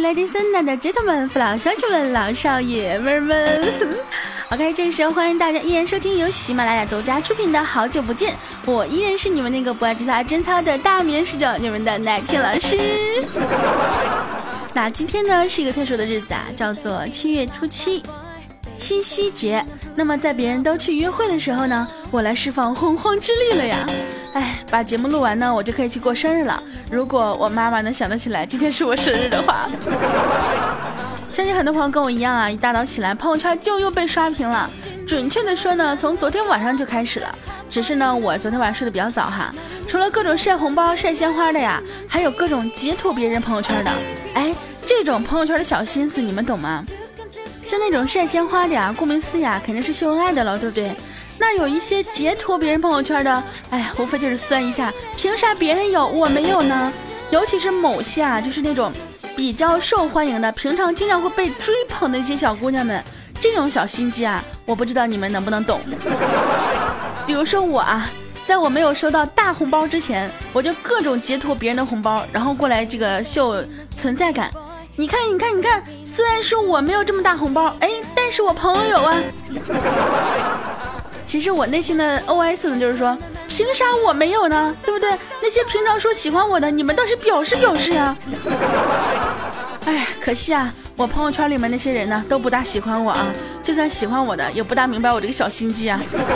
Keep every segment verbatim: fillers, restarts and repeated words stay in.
Ladies and gentlemen， 父老乡亲们，老少爷们们。OK， 这个时候欢迎大家依然收听由喜马拉雅独家出品的《好久不见》，我依然是你们那个不爱记操真操的大棉十九，你们的奶天老师。那今天呢是一个特殊的日子啊，叫做七月初七。七夕节，那么在别人都去约会的时候呢，我来释放洪荒之力了呀！哎，把节目录完呢，我就可以去过生日了。如果我妈妈能想得起来今天是我生日的话，相信很多朋友跟我一样啊，一大早起来朋友圈就又被刷屏了。准确的说呢，从昨天晚上就开始了。只是呢，我昨天晚上睡得比较早哈，除了各种晒红包、晒鲜花的呀，还有各种截图别人朋友圈的。哎，这种朋友圈的小心思你们懂吗？像那种晒鲜花的呀，顾名思义啊，肯定是秀恩爱的了，对不对？那有一些截图别人朋友圈的，哎呀，无非就是酸一下，凭啥别人有我没有呢？尤其是某些啊，就是那种比较受欢迎的，平常经常会被追捧的一些小姑娘们，这种小心机啊，我不知道你们能不能懂。比如说我啊，在我没有收到大红包之前，我就各种截图别人的红包，然后过来这个秀存在感。你看你看你看，虽然说我没有这么大红包，哎，但是我朋友有啊。其实我内心的 O S 呢，就是说凭啥我没有呢，对不对？那些平常说喜欢我的，你们倒是表示表示呀。哎，可惜啊，我朋友圈里面那些人呢都不大喜欢我啊，就算喜欢我的也不大明白我这个小心机啊。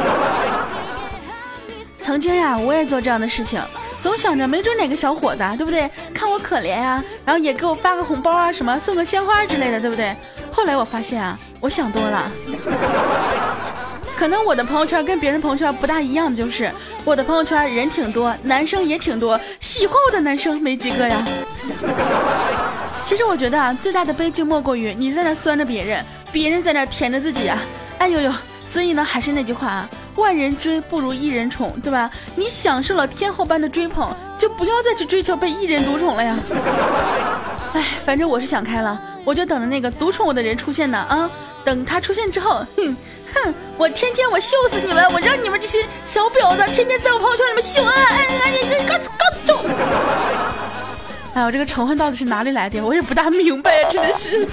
曾经呀，我也做这样的事情，总想着没准哪个小伙子啊，对不对？看我可怜啊，然后也给我发个红包啊，什么送个鲜花之类的，对不对？后来我发现啊，我想多了。可能我的朋友圈跟别人朋友圈不大一样的就是我的朋友圈人挺多，男生也挺多，喜欢我的男生没几个呀。其实我觉得啊，最大的悲剧莫过于你在那酸着别人，别人在那舔着自己啊。哎呦呦，所以呢，还是那句话啊，万人追不如一人宠，对吧？你享受了天后般的追捧，就不要再去追求被一人独宠了呀。哎，反正我是想开了，我就等着那个独宠我的人出现呢啊！等他出现之后，哼哼，我天天我秀死你们，我让你们这些小婊子天天在我朋友圈里面秀恩爱，哎哎哎，赶赶走！哎呦，这个仇恨到底是哪里来的？我也不大明白呀，真的是。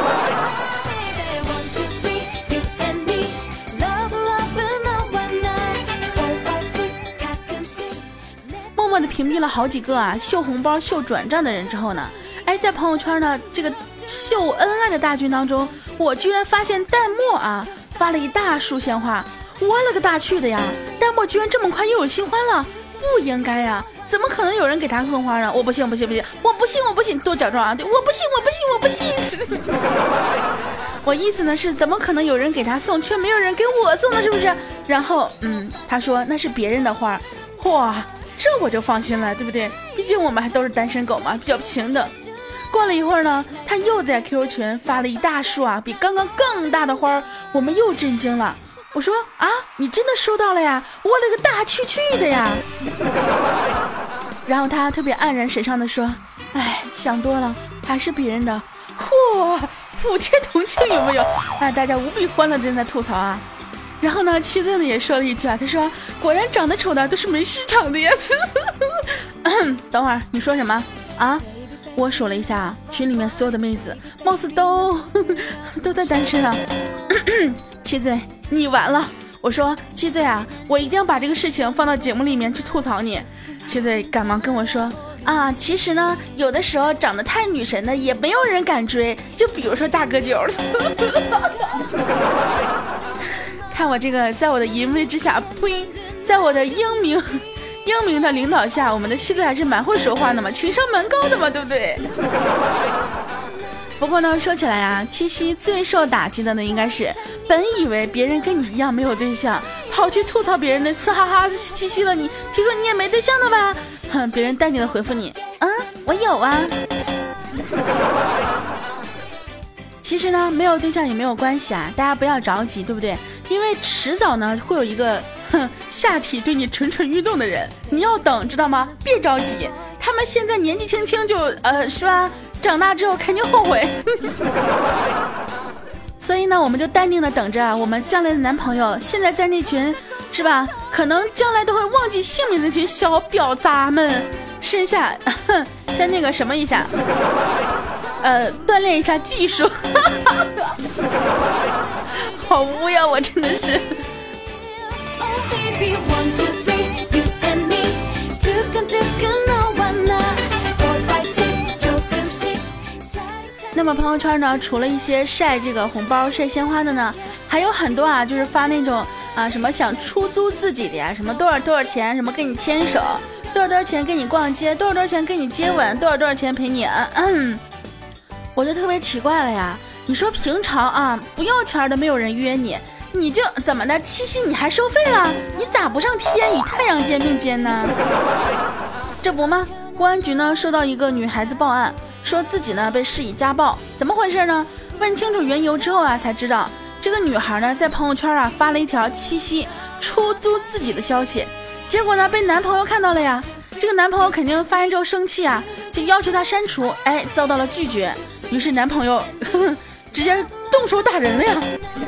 默默的屏蔽了好几个啊秀红包秀转账的人之后呢，哎，在朋友圈呢这个秀恩爱的大军当中，我居然发现弹幕啊发了一大束鲜花，我了个大去的呀！弹幕居然这么快又有新欢了，不应该呀！怎么可能有人给他送花呢？我不信，不信，不信，我不信，我不信，多假装啊！对，我不信，我不信，我不信。我意思呢是，怎么可能有人给他送，却没有人给我送呢？是不是？然后，嗯，他说那是别人的花，哇，这我就放心了，对不对？毕竟我们还都是单身狗嘛，比较平等。过了一会儿呢，他又在 Q Q 群发了一大束啊，比刚刚更大的花，我们又震惊了。我说啊，你真的收到了呀？我勒个大去去的呀！然后他特别黯然神伤的说：“哎，想多了，还是别人的。”嚯，普天同庆有没有？哎，大家无比欢乐的在吐槽啊。然后呢，七岁呢也说了一句啊，他说：“果然长得丑的都是没市场的呀。”等会儿你说什么啊？我数了一下群里面所有的妹子，貌似都都在单身啊。七岁，你完了！我说七岁啊，我一定要把这个事情放到节目里面去吐槽你。七岁赶忙跟我说啊，其实呢，有的时候长得太女神的也没有人敢追，就比如说大哥九。看我这个，在我的淫威之下，呸，在我的英明。英明的领导下，我们的妻子还是蛮会说话的嘛，情商蛮高的嘛，对不对？不过呢，说起来啊，七夕最受打击的呢，应该是本以为别人跟你一样没有对象，跑去吐槽别人的呲哈哈七夕了，你听说你也没对象的吧？哼，别人淡定的回复你，嗯，我有啊。其实呢，没有对象也没有关系啊，大家不要着急，对不对？因为迟早呢，会有一个。哼，下体对你蠢蠢欲动的人，你要等，知道吗？别着急，他们现在年纪轻轻就呃，是吧？长大之后肯定后悔。所以呢，我们就淡定的等着我们将来的男朋友，现在在那群，是吧？可能将来都会忘记姓名的那群小婊砸们身下，哼，先那个什么一下。 呃锻炼一下技术。好污呀，我真的是。那么朋友圈呢，除了一些晒这个红包晒鲜花的呢，还有很多啊，就是发那种啊什么想出租自己的呀，什么多少多少钱，什么跟你牵手，多少多少钱跟你逛街，多少多少钱跟你接吻，多少多少钱陪你嗯嗯，我就特别奇怪了呀。你说平常啊不要钱的没有人约你，你就怎么的七夕你还收费了？你咋不上天与太阳肩并肩呢？这不吗？公安局呢收到一个女孩子报案，说自己呢被施以家暴，怎么回事呢？问清楚缘由之后啊，才知道这个女孩呢在朋友圈啊发了一条七夕出租自己的消息，结果呢被男朋友看到了呀。这个男朋友肯定发现之后生气啊，就要求她删除，哎，遭到了拒绝。于是男朋友呵呵直接动手打人了呀。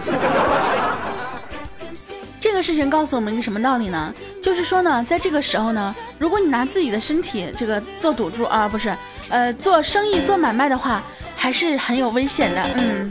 这个事情告诉我们一个什么道理呢？就是说呢，在这个时候呢，如果你拿自己的身体这个做赌注啊，不是，呃，做生意做买卖的话，还是很有危险的。嗯。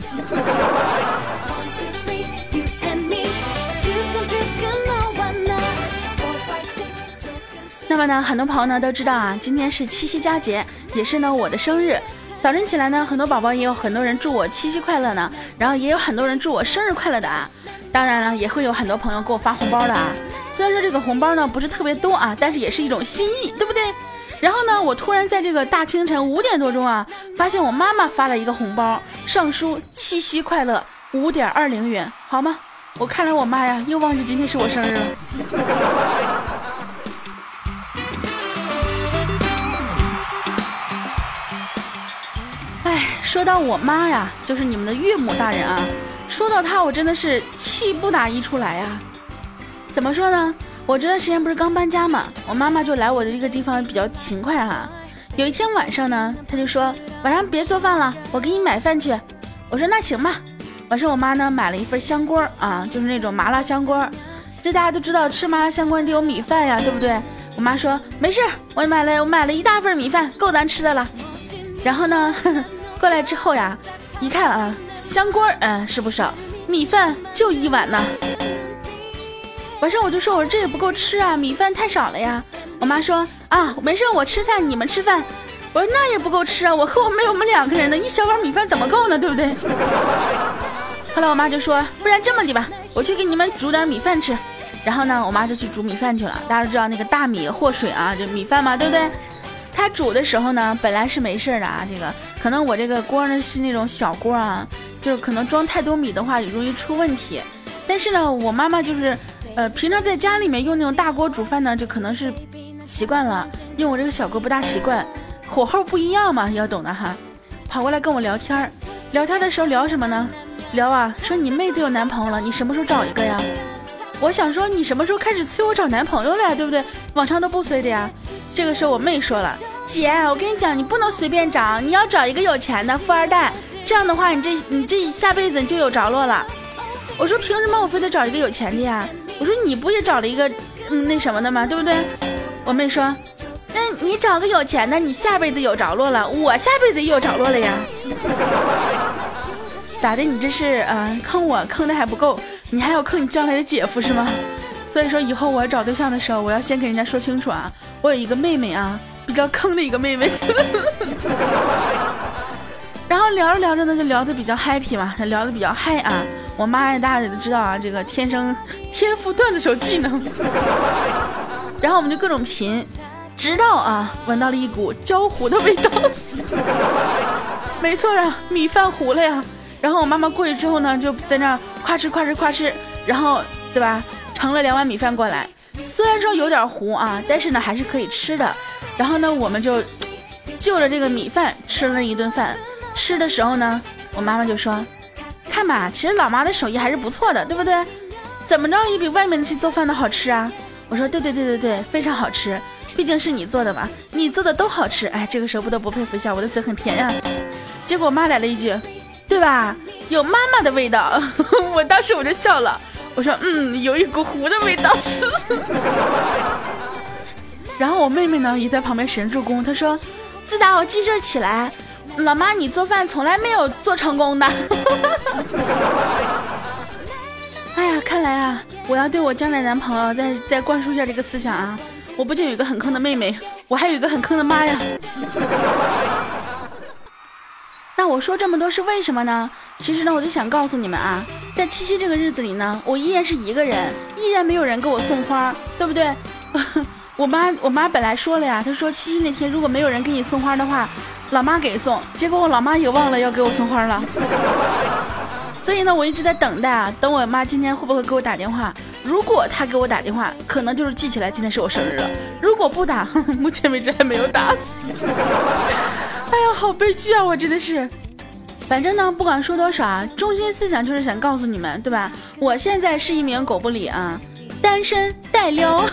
那么呢，很多朋友呢都知道啊，今天是七夕佳节，也是呢我的生日。早晨起来呢，很多宝宝也有很多人祝我七夕快乐呢，然后也有很多人祝我生日快乐的啊。当然了，也会有很多朋友给我发红包的啊。虽然说这个红包呢不是特别多啊，但是也是一种心意，对不对？然后呢，我突然在这个大清晨五点多钟啊，发现我妈妈发了一个红包，上书七夕快乐五点二零元，好吗？我看来我妈呀又忘记今天是我生日了。哎，说到我妈呀，就是你们的岳母大人啊。说到她，我真的是气不打一处来呀。怎么说呢？我这段时间不是刚搬家嘛，我妈妈就来我的这个地方比较勤快哈。有一天晚上呢，她就说晚上别做饭了，我给你买饭去。我说那行吧。晚上我妈呢买了一份香锅啊，就是那种麻辣香锅。这大家都知道，吃麻辣香锅得有米饭呀，对不对？我妈说没事，我买了我买了一大份米饭，够咱吃的了。然后呢，呵呵过来之后呀，一看啊，香锅嗯、呃、是不少，米饭就一碗呢。晚上我就说，我说这也不够吃啊，米饭太少了呀。我妈说啊，没事，我吃菜，你们吃饭。我说那也不够吃啊，我和我妹我们两个人的一小碗米饭怎么够呢，对不对？后来我妈就说，不然这么的吧，我去给你们煮点米饭吃。然后呢，我妈就去煮米饭去了。大家都知道那个大米和水啊，就米饭嘛，对不对？她煮的时候呢，本来是没事的啊，这个可能我这个锅呢是那种小锅啊，就是可能装太多米的话也容易出问题。但是呢，我妈妈就是呃，平常在家里面用那种大锅煮饭呢，就可能是习惯了，用我这个小锅不大习惯，火候不一样嘛，要懂的哈。跑过来跟我聊天，聊天的时候聊什么呢？聊啊，说你妹都有男朋友了，你什么时候找一个呀？我想说你什么时候开始催我找男朋友了呀，对不对？往常都不催的呀。这个时候我妹说了，姐，我跟你讲，你不能随便找，你要找一个有钱的富二代，这样的话你这你这下辈子你就有着落了。我说凭什么我非得找一个有钱的呀？我说你不也找了一个嗯那什么的吗？对不对？我妹说，那你找个有钱的，你下辈子有着落了，我下辈子也有着落了呀。咋的？你这是呃坑我坑的还不够，你还要坑你将来的姐夫是吗？所以说以后我要找对象的时候，我要先给人家说清楚啊，我有一个妹妹啊，比较坑的一个妹妹。然后聊着聊着呢，就聊得比较 happy 嘛，聊得比较嗨啊。我妈呀，大家也都知道啊，这个天生天赋段子手技能。然后我们就各种品，直到啊闻到了一股焦糊的味道。没错啊，米饭糊了呀。然后我妈妈过去之后呢，就在那夸吃夸吃夸吃，然后对吧，盛了两碗米饭过来。虽然说有点糊啊，但是呢还是可以吃的。然后呢，我们就就着这个米饭吃了一顿饭。吃的时候呢，我妈妈就说，看吧，其实老妈的手艺还是不错的，对不对？怎么着也比外面的去做饭的好吃啊。我说对对对对对，非常好吃，毕竟是你做的嘛，你做的都好吃。哎，这个时候不得不佩服一下，我的嘴很甜呀。结果我妈来了一句，对吧，有妈妈的味道。我当时我就笑了，我说嗯，有一股糊的味道。然后我妹妹呢也在旁边神助攻，她说，自打我记事起来， 老妈，你做饭从来没有做成功的。哎呀，看来啊，我要对我将来男朋友再再灌输一下这个思想啊！我不仅有一个很坑的妹妹，我还有一个很坑的妈呀。那我说这么多是为什么呢？其实呢，我就想告诉你们啊，在七夕这个日子里呢，我依然是一个人，依然没有人给我送花，对不对？我妈我妈本来说了呀，她说七夕那天如果没有人给你送花的话，老妈给送。结果我老妈也忘了要给我送花了。所以呢，我一直在等待啊，等我妈今天会不会给我打电话。如果她给我打电话，可能就是记起来今天是我生日了。如果不打，呵呵目前为止还没有打。哎呀，好悲剧啊！我真的是。反正呢，不管说多少啊，中心思想就是想告诉你们，对吧？我现在是一名狗不理啊，单身带撩。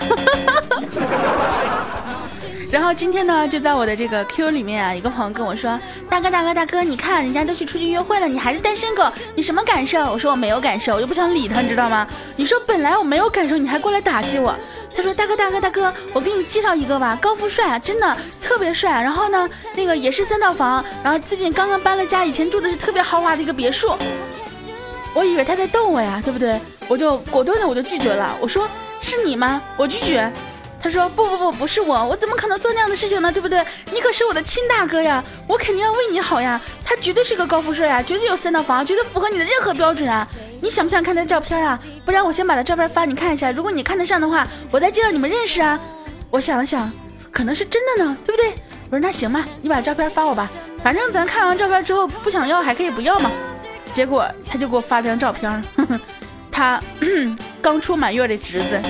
然后今天呢，就在我的这个 Q 里面啊，一个朋友跟我说，大哥大哥大哥，你看人家都去出去约会了，你还是单身狗，你什么感受？我说我没有感受，我又不想理他，你知道吗？你说本来我没有感受，你还过来打击我。他说大哥大哥大哥，我给你介绍一个吧，高富帅啊，真的特别帅。然后呢，那个也是三套房，然后最近刚刚搬了家，以前住的是特别豪华的一个别墅。我以为他在逗我呀，对不对？我就果断的我就拒绝了，我说是你吗？我拒绝。他说不不不，不是我，我怎么可能做那样的事情呢？对不对？你可是我的亲大哥呀，我肯定要为你好呀。他绝对是个高富帅啊，绝对有三套房，绝对符合你的任何标准啊。你想不想看他的照片啊？不然我先把他照片发你看一下，如果你看得上的话，我再介绍你们认识啊。我想了想，可能是真的呢，对不对？我说那行吧，你把照片发我吧，反正咱看完照片之后不想要还可以不要嘛。结果他就给我发了张照片，呵呵，他刚出满月的侄子。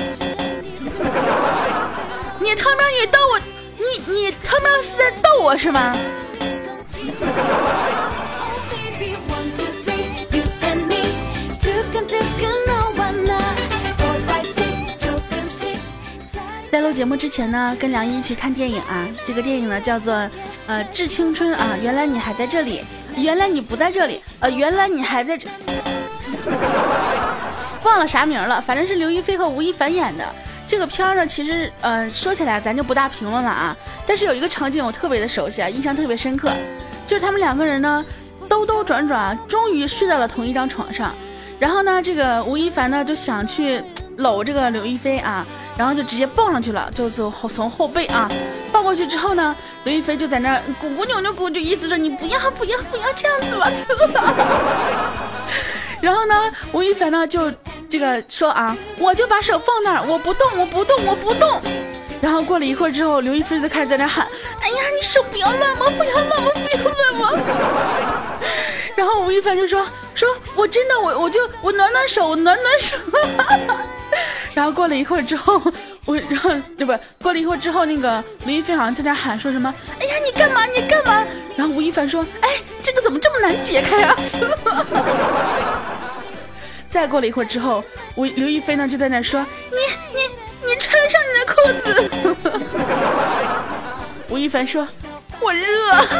你他妈你逗我，你你他妈是在逗我是吗？在录节目之前呢，跟梁一一起看电影啊，这个电影呢叫做呃致青春啊，原来你还在这里，原来你不在这里，呃原来你还在这，忘了啥名了，反正是刘亦菲和吴亦凡演的。这个片儿呢，其实呃说起来咱就不大评论了啊，但是有一个场景我特别的熟悉啊，印象特别深刻，就是他们两个人呢兜兜转转，终于睡到了同一张床上。然后呢，这个吴亦凡呢就想去搂这个刘亦菲啊，然后就直接抱上去了，就从后从后背啊抱过去之后呢，刘亦菲就在那儿鼓鼓扭扭鼓，就意思说你不要不要不要这样子吧。然后呢，吴亦凡呢就这个说啊，我就把手放那儿，我不动，我不动，我不动。然后过了一会儿之后，刘亦菲就开始在那喊，哎呀，你手不要乱摸，不要乱摸，不要乱摸。然后吴亦凡就说，说我真的，我我就我暖暖手，我暖暖手。然后过了一会儿之后，我然后对不，过了一会儿之后，那个刘亦菲好像在那喊说什么，哎呀，你干嘛，你干嘛？然后吴亦凡说，哎，这个怎么这么难解开啊？再过了一会儿之后，我刘亦菲呢就在那说，你你你穿上你的裤子。吴亦凡说，我热。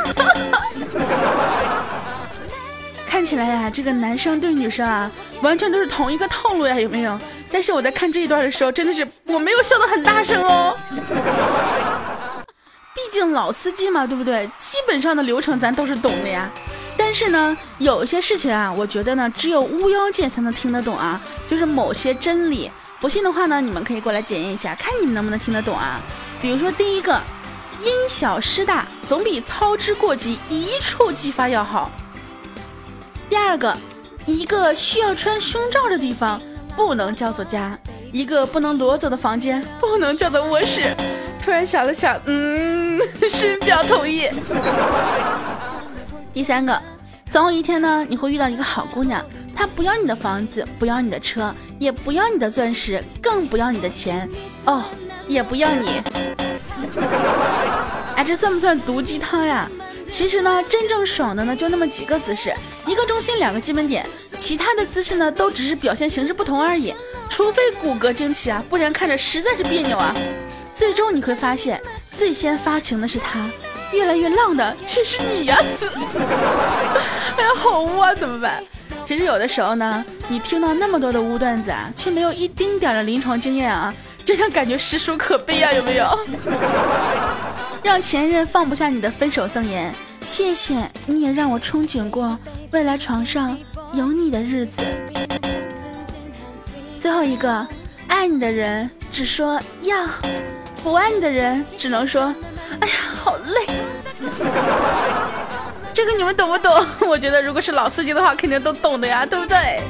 看起来呀，这个男生对女生啊，完全都是同一个套路呀，有没有？但是我在看这一段的时候，真的是我没有笑得很大声哦。毕竟老司机嘛，对不对？基本上的流程咱都是懂的呀。但是呢，有些事情啊，我觉得呢，只有巫妖界才能听得懂啊，就是某些真理。不信的话呢，你们可以过来检验一下，看你们能不能听得懂啊。比如说第一个，因小失大，总比操之过急一触即发要好。第二个，一个需要穿胸罩的地方不能叫做家，一个不能裸走的房间不能叫做卧室。突然想了想，嗯，深表同意。第三个，总有一天呢，你会遇到一个好姑娘，她不要你的房子，不要你的车，也不要你的钻石，更不要你的钱，哦，也不要你。哎，这算不算毒鸡汤呀？其实呢，真正爽的呢就那么几个姿势，一个中心，两个基本点，其他的姿势呢都只是表现形式不同而已。除非骨骼惊奇啊，不然看着实在是别扭啊。最终你会发现，最先发情的是他，越来越浪的却是你呀！哎呀，好污啊，怎么办？其实有的时候呢，你听到那么多的污段子啊，却没有一丁点的临床经验啊，真的感觉实属可悲啊，有没有？让前任放不下你的分手赠言， 谢谢你也让我憧憬过未来床上有你的日子。最后一个，爱你的人只说要，不爱你的人只能说哎呀好累。这个你们懂不懂？我觉得如果是老司机的话肯定都懂的呀，对不对？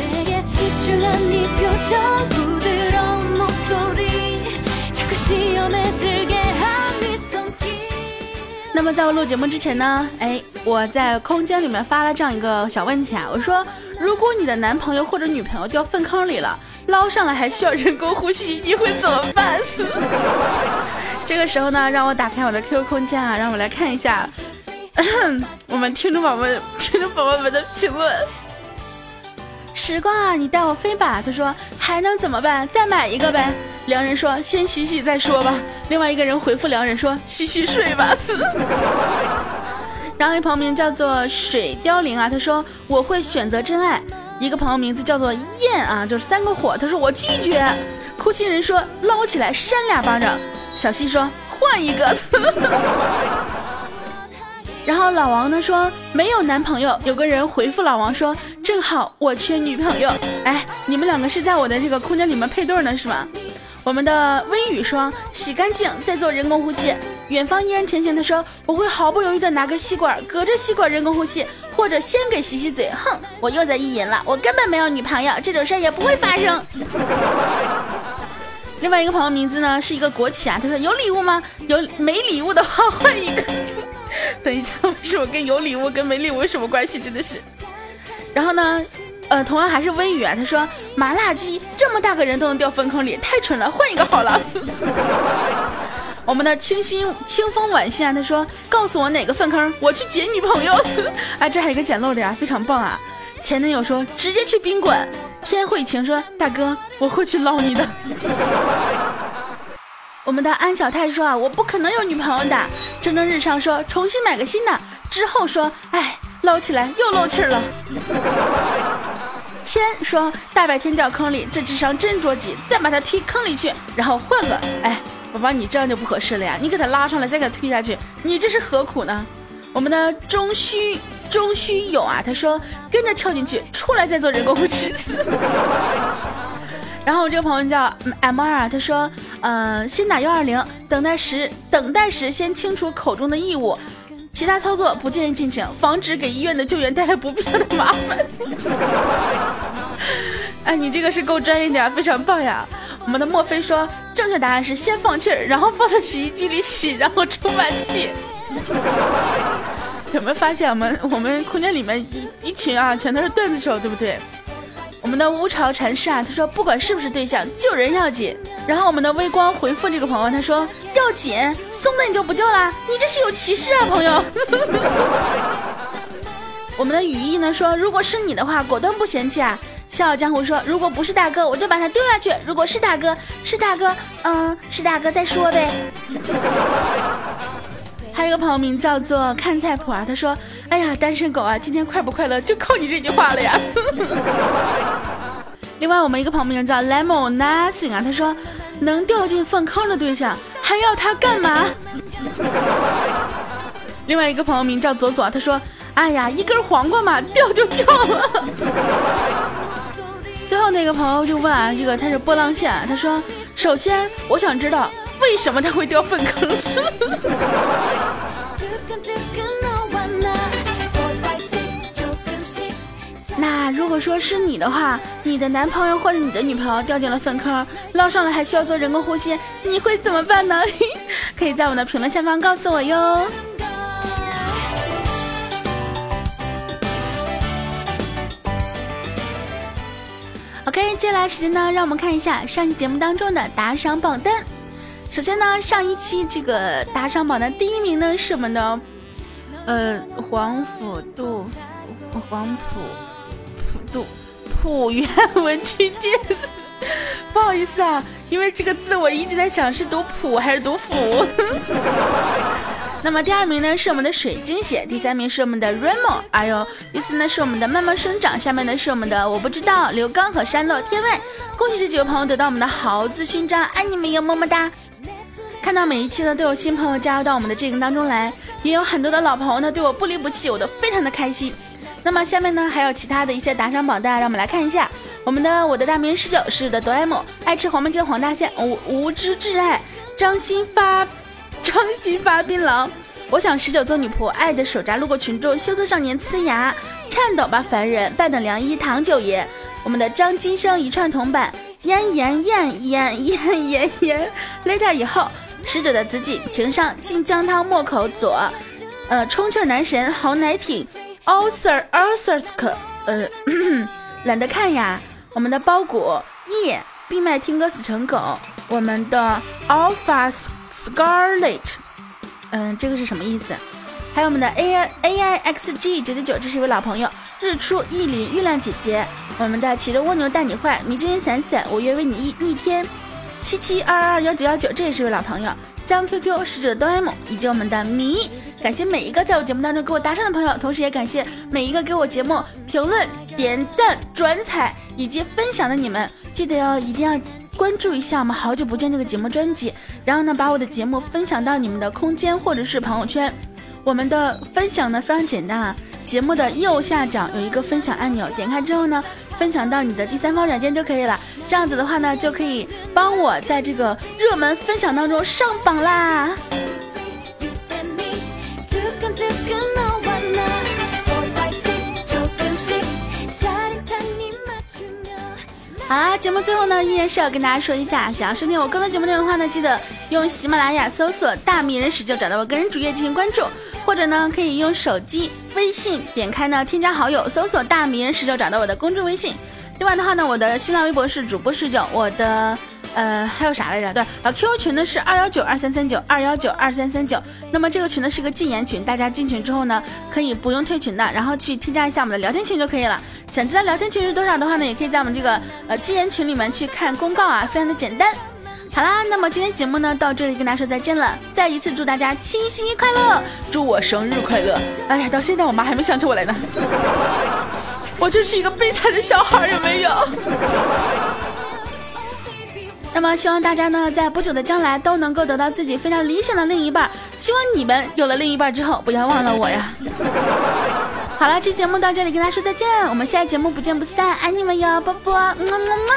那么在我录节目之前呢，哎，我在空间里面发了这样一个小问题啊，我说如果你的男朋友或者女朋友掉粪坑里了，捞上来还需要人工呼吸，你会怎么办？这个时候呢，让我打开我的 Q Q 空间啊，让我来看一下我们听众宝宝们听众宝宝们的评论。时光啊，你带我飞吧，他说还能怎么办，再买一个呗。良人说先洗洗再说吧。另外一个人回复良人说洗洗睡吧。然后一朋友名叫做水凋零啊，他说我会选择真爱。一个朋友名字叫做燕啊，就是三个火，他说我拒绝。哭泣人说捞起来扇俩巴掌。小西说换一个。然后老王呢说没有男朋友，有个人回复老王说正好我缺女朋友。哎，你们两个是在我的这个空间里面配对呢是吗？我们的微雨说洗干净再做人工呼吸。远方依然前行，他说我会毫不犹豫的拿根吸管隔着吸管人工呼吸，或者先给洗洗嘴。哼，我又在意淫了，我根本没有女朋友，这种事儿也不会发生。另外一个朋友名字呢是一个国企啊，他说有礼物吗？有没礼物的话换一个。等一下，为什么跟有礼物跟没礼物有什么关系？真的是。然后呢呃，同样还是微雨啊，他说麻辣鸡这么大个人都能掉粪坑里，太蠢了，换一个好了。我们的清新清风晚线啊，他说告诉我哪个粪坑，我去捡女朋友。啊，这还有一个捡漏的呀，非常棒啊。前男友说直接去宾馆。天慧晴说大哥我会去捞你的。我们的安小太说啊，我不可能有女朋友的。蒸蒸日上说重新买个新的，之后说哎捞起来又漏气儿了。千说大白天掉坑里，这智商真捉急，再把他推坑里去，然后换个。哎宝宝，你这样就不合适了呀，你给他拉上来再给他推下去，你这是何苦呢？我们的中虚中虚有啊，他说跟着跳进去，出来再做人工呼吸。然后我这个朋友叫 M 二啊，他说呃先打一二零，等待时等待时先清除口中的异物，其他操作不建议进行，防止给医院的救援带来不必要的麻烦。哎，你这个是够专业的呀，非常棒呀。我们的墨菲说正确答案是先放气儿，然后放到洗衣机里洗，然后充满气。有没有发现我们我们空间里面一一群啊全都是段子手，对不对？我们的乌巢禅师啊，他说不管是不是对象，救人要紧。然后我们的微光回复这个朋友，他说要紧，松的你就不救啦，你这是有歧视啊，朋友。我们的语义呢说如果是你的话果断不嫌弃啊。笑傲江湖说如果不是大哥我就把他丢下去，如果是大哥是大哥嗯是大哥再说呗。还有一个朋友名叫做看菜谱啊，他说哎呀单身狗啊，今天快不快乐就靠你这句话了呀。另外我们一个朋友名叫 Lemon Nothing 啊，他说能掉进粪坑的对象还要他干嘛。另外一个朋友名叫左左，他说哎呀一根黄瓜嘛，掉就掉了。最后那个朋友就问啊，这个他是波浪线、啊、他说首先我想知道为什么他会掉粪坑。那如果说是你的话，你的男朋友或者你的女朋友掉进了粪坑，捞上来还需要做人工呼吸，你会怎么办呢？可以在我们的评论下方告诉我哟。OK， 接下来时间呢，让我们看一下上期节目当中的打赏榜单。首先呢，上一期这个打赏榜单第一名呢是我们的呃黄甫杜黄埔普杜浦原文具店。不好意思啊，因为这个字我一直在想是读普还是读府。那么第二名呢是我们的水晶血，第三名是我们的 Remo， 还有第四呢是我们的慢慢生长，下面呢是我们的我不知道刘刚和山漏天外。恭喜这几位朋友得到我们的豪字勋章，爱你们哟，么么哒。 看到每一期呢都有新朋友加入到我们的阵营当中来，也有很多的老朋友呢对我不离不弃，我都非常的开心。那么下面呢还有其他的一些打赏榜单，让我们来看一下。我们的我的大名十九是的哆 M， 爱吃黄焖鸡的黄大仙，无无知挚爱，张新发张新发槟榔，我想十九做女仆，爱的手札路过群众，羞涩少年呲牙，颤抖吧凡人，拜等良医唐九爷。我们的张金生一串铜板，咽炎咽咽咽咽咽 later 以后，使者的紫锦情商进姜汤莫口左，呃充气男神豪奶挺 Author Authorsk 呃懒得看呀。我们的包谷叶闭麦听歌死成狗，我们的 Alpha Scarlet， 嗯，这个是什么意思？还有我们的 A I A I X G 九九九，这是一位老朋友。日出意林月亮姐姐，我们的骑着蜗牛带你坏，迷之音闪闪，我愿为你一一天。七七二二幺九幺九，这也是一位老朋友。张 Q Q 使者哆 M 以及我们的迷，感谢每一个在我节目当中给我搭上的朋友，同时也感谢每一个给我节目评论、点赞、转采以及分享的你们。记得要一定要关注一下我们好久不见这个节目专辑，然后呢把我的节目分享到你们的空间或者是朋友圈。我们的分享呢非常简单啊，节目的右下角有一个分享按钮，点开之后呢分享到你的第三方软件就可以了，这样子的话呢就可以帮我在这个热门分享当中上榜啦。好啦，节目最后呢依然是要跟大家说一下，想要收听我更多节目内容的话呢，记得用喜马拉雅搜索大迷人史就找到我个人主页进行关注，或者呢可以用手机微信点开呢添加好友，搜索大迷人史就找到我的公众微信。另外的话呢，我的新浪微博是主播十九，我的呃还有啥来着？对啊 ，Q Q 群呢是二幺九二三三九二幺九二三三九。那么这个群呢是个禁言群，大家进群之后呢可以不用退群的，然后去添加一下我们的聊天群就可以了。想知道聊天群是多少的话呢，也可以在我们这个呃禁言群里面去看公告啊，非常的简单。好啦，那么今天节目呢到这里跟大家说再见了，再一次祝大家七夕快乐，祝我生日快乐。哎呀，到现在我妈还没想起我来呢。我就是一个悲惨的小孩，有没有？那么希望大家呢在不久的将来都能够得到自己非常理想的另一半，希望你们有了另一半之后不要忘了我呀。好了，这节目到这里跟大家说再见，我们下期节目不见不散，爱你们哟，啵啵，么么么。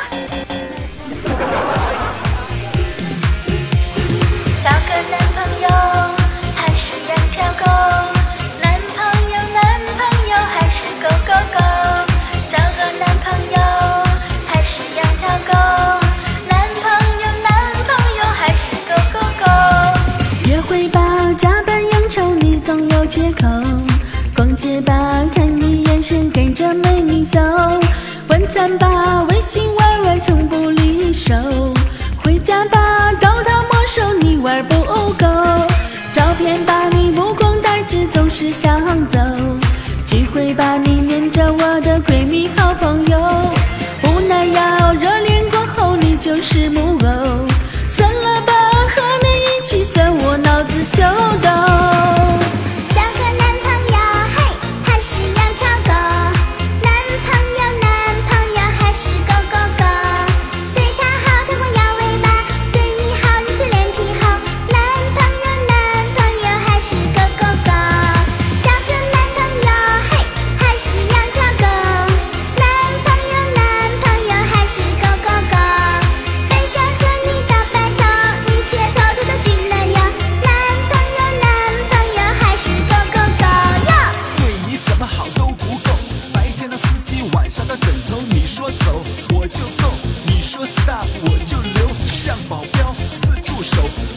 找个男朋友还是两条狗，男朋友男朋友还是狗狗狗，找个男朋友还是两条狗，男朋友男朋友还是狗狗狗。约会吧，加班应酬你总有借口，逛街吧，看你眼神跟着美女走，晚餐吧，微信玩玩从不离手，回家吧，高塔魔兽你玩不够，照片吧，你目光呆滞总是想走，聚会吧，你黏着我的闺蜜好朋友，无奈要热恋过后你就是木偶，算了吧，和你一起算我脑子秀逗。 我就够，你说 stop 我就留，像保镖四助手。